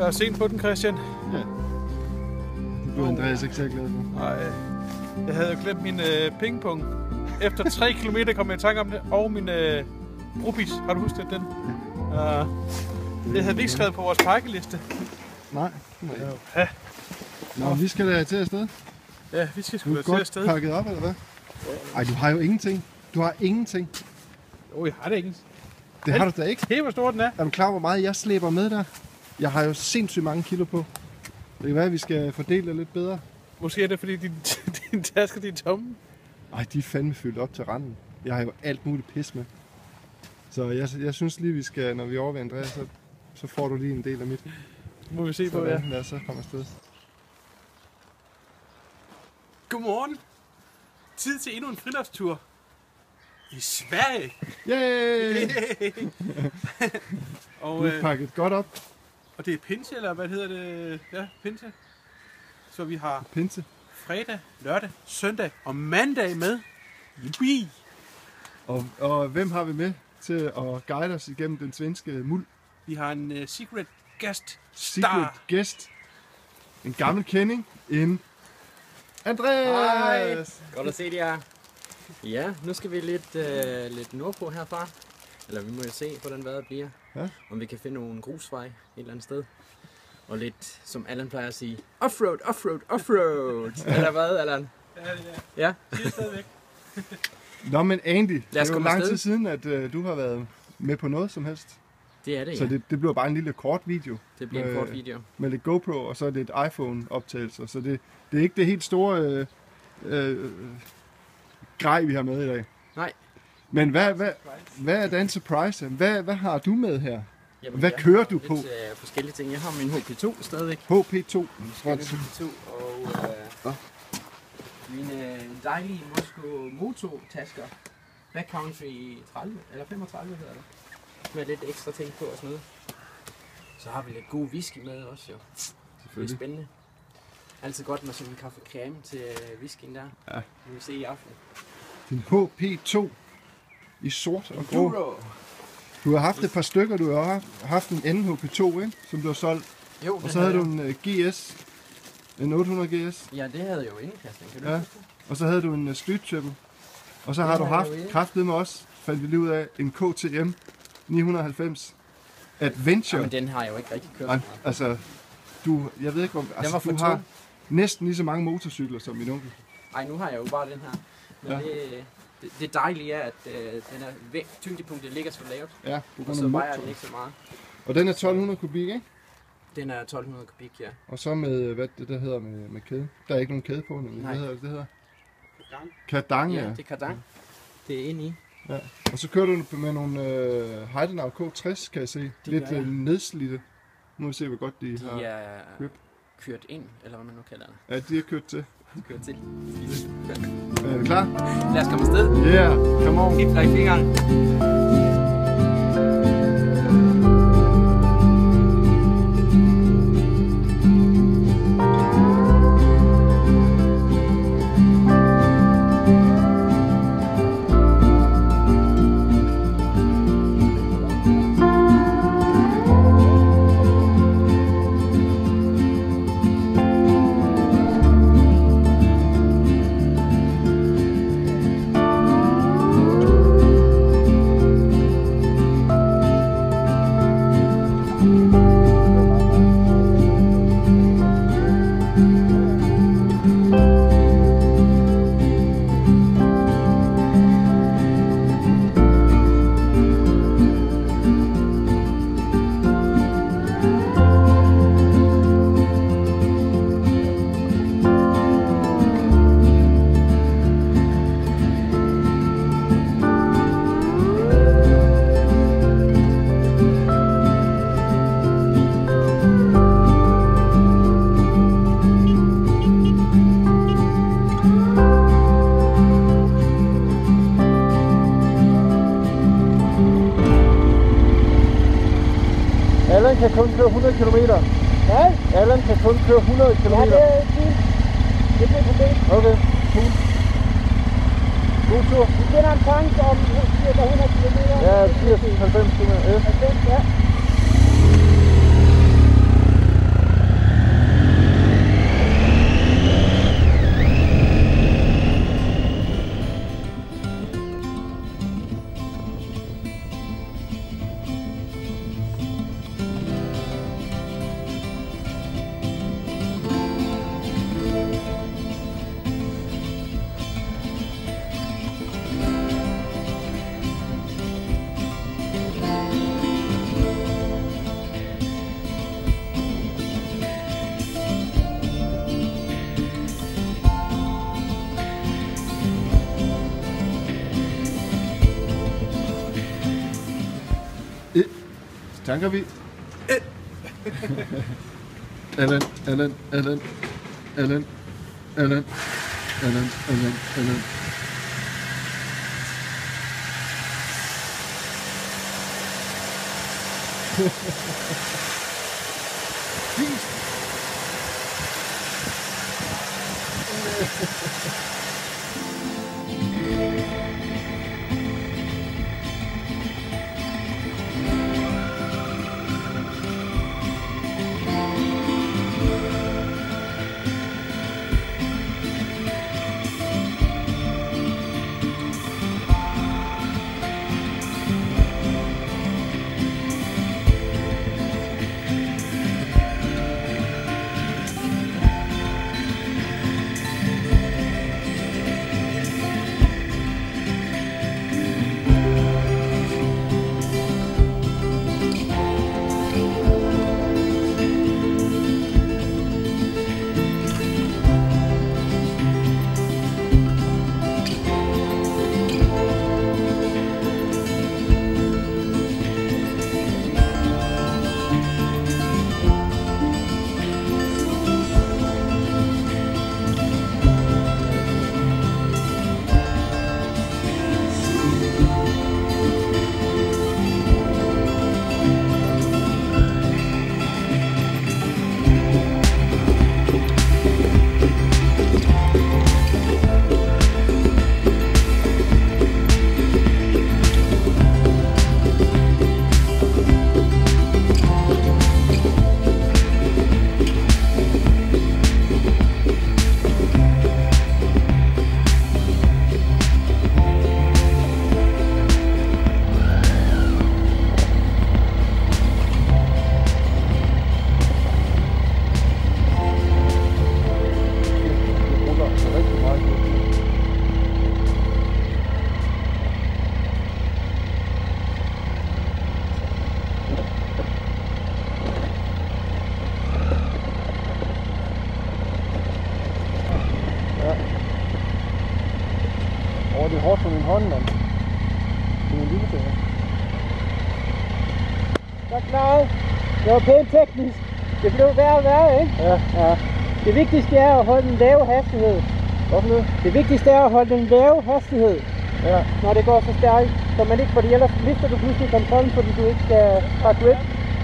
Jeg er sent på den, Christian. Ja. Det blev Andreas ikke så glad for. Nej, jeg havde jo glemt min pingpong. Efter 3 kilometer kom jeg i tanke om det, og min brobis. Har du husket den? Det havde vi ikke skrevet på vores pakkeliste. Nej. Ja. Nå, vi skal da til afsted. Ja, vi skal sgu da Du til er afsted. godt pakket op, eller hvad? Ej, du har jo ingenting. Du har ingenting. Jeg har det ikke. Det har du da ikke. Helt hvor stor den er. Er du klar, hvor meget jeg slæber med der? Jeg har jo sindssygt mange kilo på. Det kan være, at vi skal fordele det lidt bedre. Måske er det, fordi dine tasker de er tomme. Ej, de er fandme fyldt op til randen. Jeg har jo alt muligt pis med. Så jeg synes lige, vi skal, når vi er over ved Andreas, så får du lige en del af mit. Må vi se på, ja. Lad os så komme afsted. Godmorgen. Tid til endnu en friluftstur. I Sverige. Yay! Og, du er pakket godt op. Og det er pinse, eller hvad hedder det? Ja, pinse. Så vi har pinse. Fredag, lørdag, søndag og mandag med. Yippie! Og hvem har vi med til at guide os igennem den svenske muld? Vi har en secret guest Secret star. guest. En gammel kending. En Andreas! Hej! Godt at se jer. Ja, nu skal vi lidt nordpå herfra. Eller vi må jo se, hvordan vejret bliver. Ja. Om vi kan finde nogle grusvej et eller andet sted. Og lidt, som Allan plejer at sige, offroad, offroad, offroad. Eller hvad, Allan? Ja, det er. Ja. Det er stadigvæk. Nå, men Andy, det er jo komme lang afsted. tid siden, at du har været med på noget som helst. Det er det, Så ja. det bliver bare en lille kort video. Det bliver en kort video. Med lidt GoPro, og så lidt iPhone-optagelser. Så det er ikke det helt store grej, vi har med i dag. Nej. Men hvad er den surprise? Hvad har du med her? Jamen, hvad jeg kører har du på? Lidt forskellige ting. Jeg har min HP2 stadigvæk. HP2? HP2 og mine dejlige Mosko Moto-tasker. Backcountry 30, eller 35 hedder det. Med lidt ekstra ting på og sådan noget. Så har vi lidt god whisky med også jo. Det er spændende. Altid godt med sådan en kaffe creme til whiskyen der. Ja. Det vil vi se i aften. Din HP2 i sort og grå. Du har haft et par stykker. Du har haft en anden HP2, ikke? Som du har solgt. Jo, og så havde du en GS. En 800 GS. Ja, det havde jeg jo indkastning. Kan du ja. Og så havde du en Street Triple. Og så har du haft kraftet med os. Fandt vi lige ud af en KTM 990 Adventure. Jamen, den har jeg jo ikke rigtig kørt. Altså, jeg ved ikke om... Altså, du har næsten lige så mange motorcykler som min onkel. Nej, nu har jeg jo bare den her. Men det dejlige er, at den er tyngdepunktet ligger så lavt. Ja, og så vejer den ikke så meget. Og den er 1200 kubik, ikke? Den er 1200 kubik, ja. Og så med, hvad det der hedder med kæde. Der er ikke nogen kæde på, men hvad hedder det hedder? Kardang, ja. Ja, det er kardang. Det er inde i. Ja. Og så kører du med nogle Heidenau K60, kan jeg se. Lidt nedslidte. Nu må vi se, hvor godt de har kørt ind, eller hvad man nu kalder det. Ja, de har kørt til. De kørt til. Er vi klar? Lad os komme afsted. Yeah, come on. Helt i fingeren. Allan kan kun køre 100 km. Hvad? Allan kan kun køre 100 km. Ja, det er fint. Det bliver problem. Okay, cool. God tur. Vi finder en tank om cirka 100 km. Ja, 80-90 km. 90, ja. Tanker vi. Allan. Det er hårdt for min hånd, mand. Det er min lille finger. Så klaret. Det var pænt teknisk. Det blev værre og værre, ikke? Ja. Det vigtigste er at holde den lave hastighed. Hvorfor nu? Det vigtigste er at holde den lave hastighed, Ja. når det går så stærkt. Så man ikke, fordi ellers mister du pludselig kontrollen, fordi du ikke skal have grip.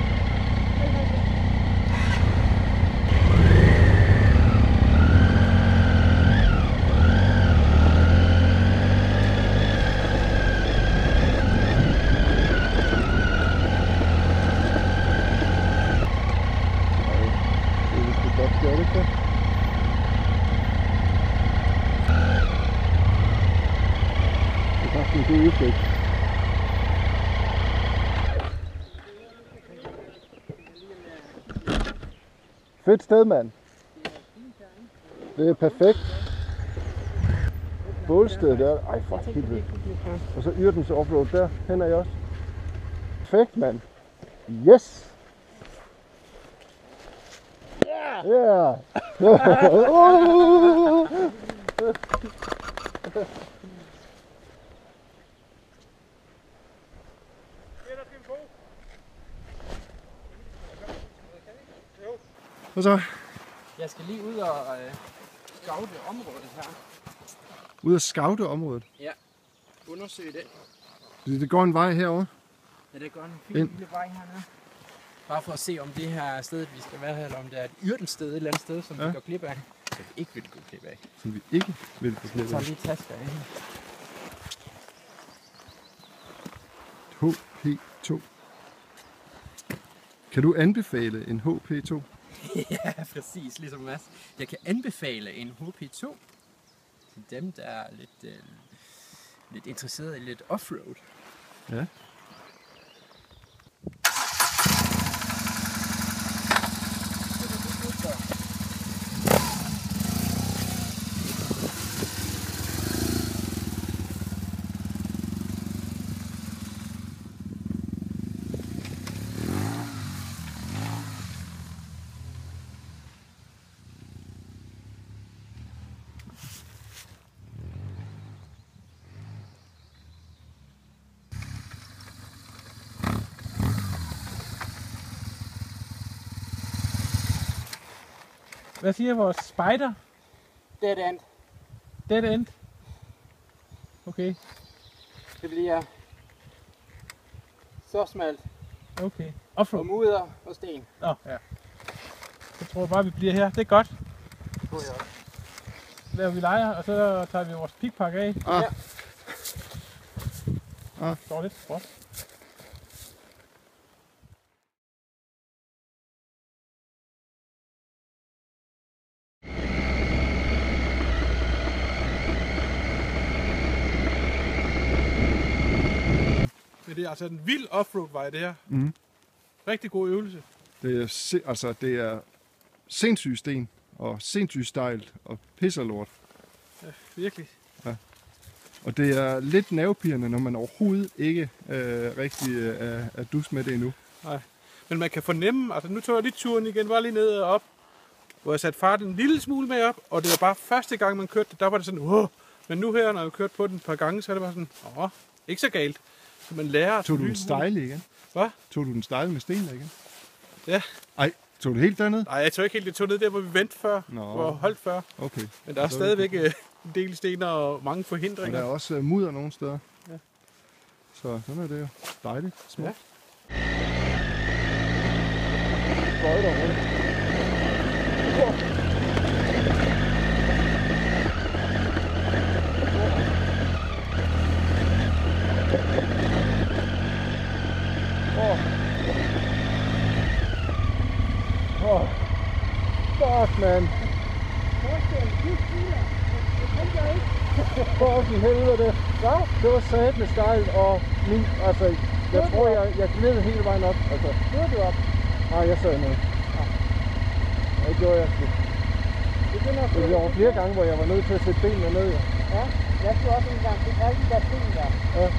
Gør det ikke? Det er faktisk en god udsigt. Fedt sted, mand. Det er perfekt. Bålsted der. Ej, for helvede. Og så Yrtens offroad der. Hen er jeg også. Perfekt, mand. Yes! Ja! Hvad så? Jeg skal lige ud og scoute området her. Ud og scoute området? Ja, undersøge det. Det går en vej herover. Ja, det går en fin lille vej hernede. Bare for at se, om det her er stedet, vi skal være her, eller om det er et Yrtensted et eller andet sted, som vi går glip af. Som vi ikke vil gå glip af. Som vi ikke vil gå glip af. Jeg tager lige tasker af her. HP2. Kan du anbefale en HP2? Ja, præcis, ligesom Mads. Jeg kan anbefale en HP2 til dem, der er lidt interesseret i lidt offroad. Ja. Hvad siger vores spider? Dead end. Dead end. Okay, Det bliver så smalt. okay. Offroad. Og mudder og sten. Nå, ja. Så tror jeg bare, vi bliver her. Det er godt. Tror jeg også. Så laver vi lejre, og så tager vi vores pikpak af. Ah. Ja. Ah. Står lidt godt. Men det er altså en vild offroad-vej, det her. Mhm. Rigtig god øvelse. Det er sindssygt sten, og sindssygt stejlt, og pisserlort. Ja, virkelig. Og det er lidt nervepirrende, når man overhovedet ikke rigtig er dus med det endnu. Men man kan fornemme, altså nu tog jeg lige turen igen, var lige ned og op, hvor jeg satte farten en lille smule med op, og det var bare første gang, man kørte det, der var det sådan, wow. Men nu her, når jeg kørt på den et par gange, så er det bare sådan, ikke så galt. Så man lærer... Tog du den stejle igen? Hvad? Tog du den stejle med sten igen? Ja. Ej, tog du helt derned? Nej, jeg tog ikke helt, jeg tog ned der, hvor vi vendte før, hvor holdt før. Okay. Men der er stadigvæk en del stener og mange Og forhindringer. der er også mudder nogle steder. Ja. Så sådan er det jo dejligt. Smukt. Ja. Skøjter rundt. Fuck, man. For i helvede. Det var satme stejlt, og min, altså, jeg tror, jeg gled hele vejen op. Altså, stod du op? Nej, jeg sad ned. Det gjorde jeg sgu. Det var flere gange, hvor jeg var nødt til at sætte benene ned. Ja, jeg skulle også en gang til alle de der sten der. Ja.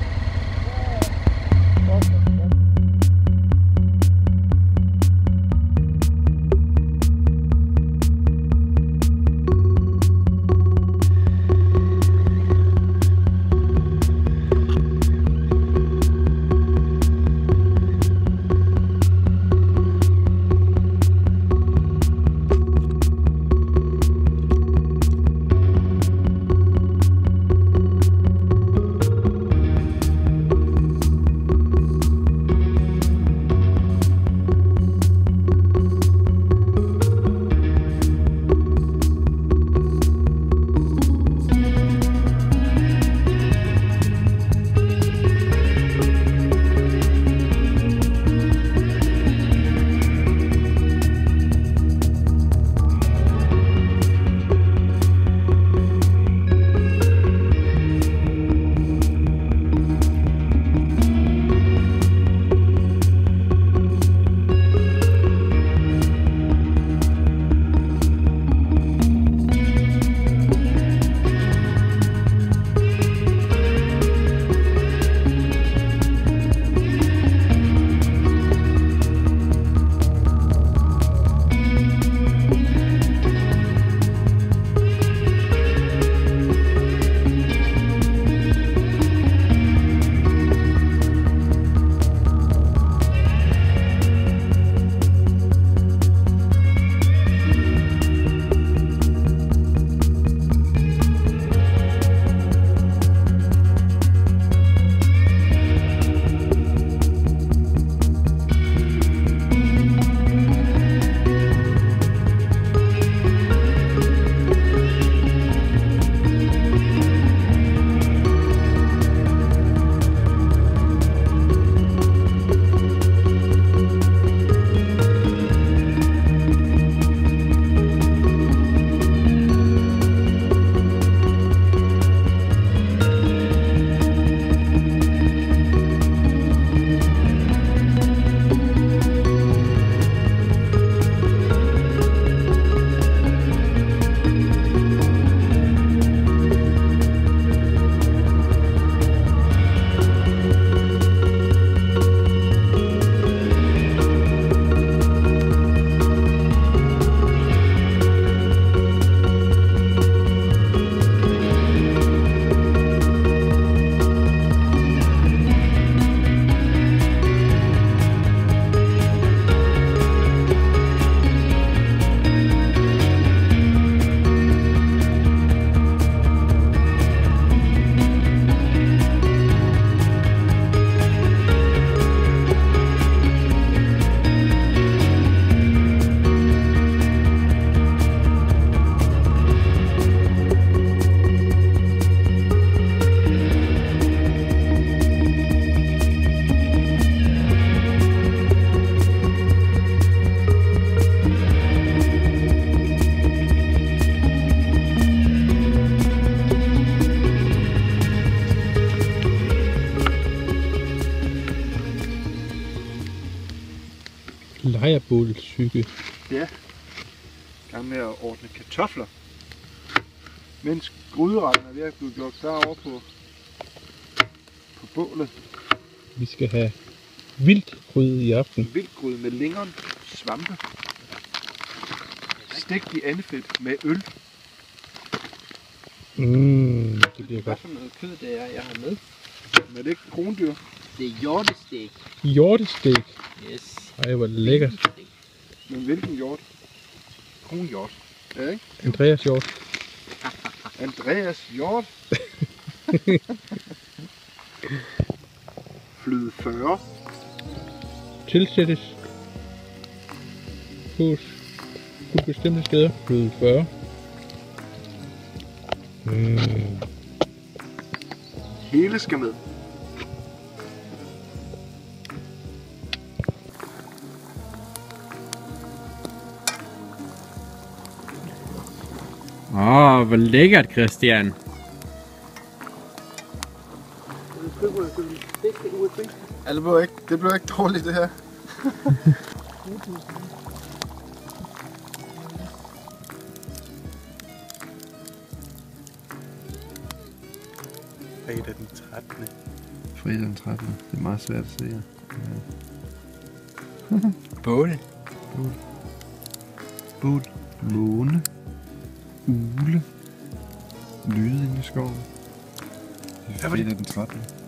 lejrebålscykel. Ja. I gang med at ordne kartofler. Mens gryderetten er ved at blive gjort klar over på bålet. Vi skal have vildtgryde i aften. Vildgryde med lingern, svampe. Stegt i andefedt med øl. Det bliver Hvad godt. for noget kød det er, jeg har med? Men det er ikke krondyr. Det er hjortestek. Hjortestek. Yes. Ej, hvor lækkert. Men hvilken hjort? Kronhjort. Ja, ikke? Andreas hjort. Andreas hjort. Flyd 40. Tilsættes. Hos. På bestemte steder. Fløde 40. Hele skal med. Hvor lækkert, Christian. Ja, det blev ikke dårligt, det her. Fredag den 13. Fredag den 13. Det er meget svært at se her. Bål. Bål. Måne. Ugle. Lyde inde i skoven. Det er fredag den 13.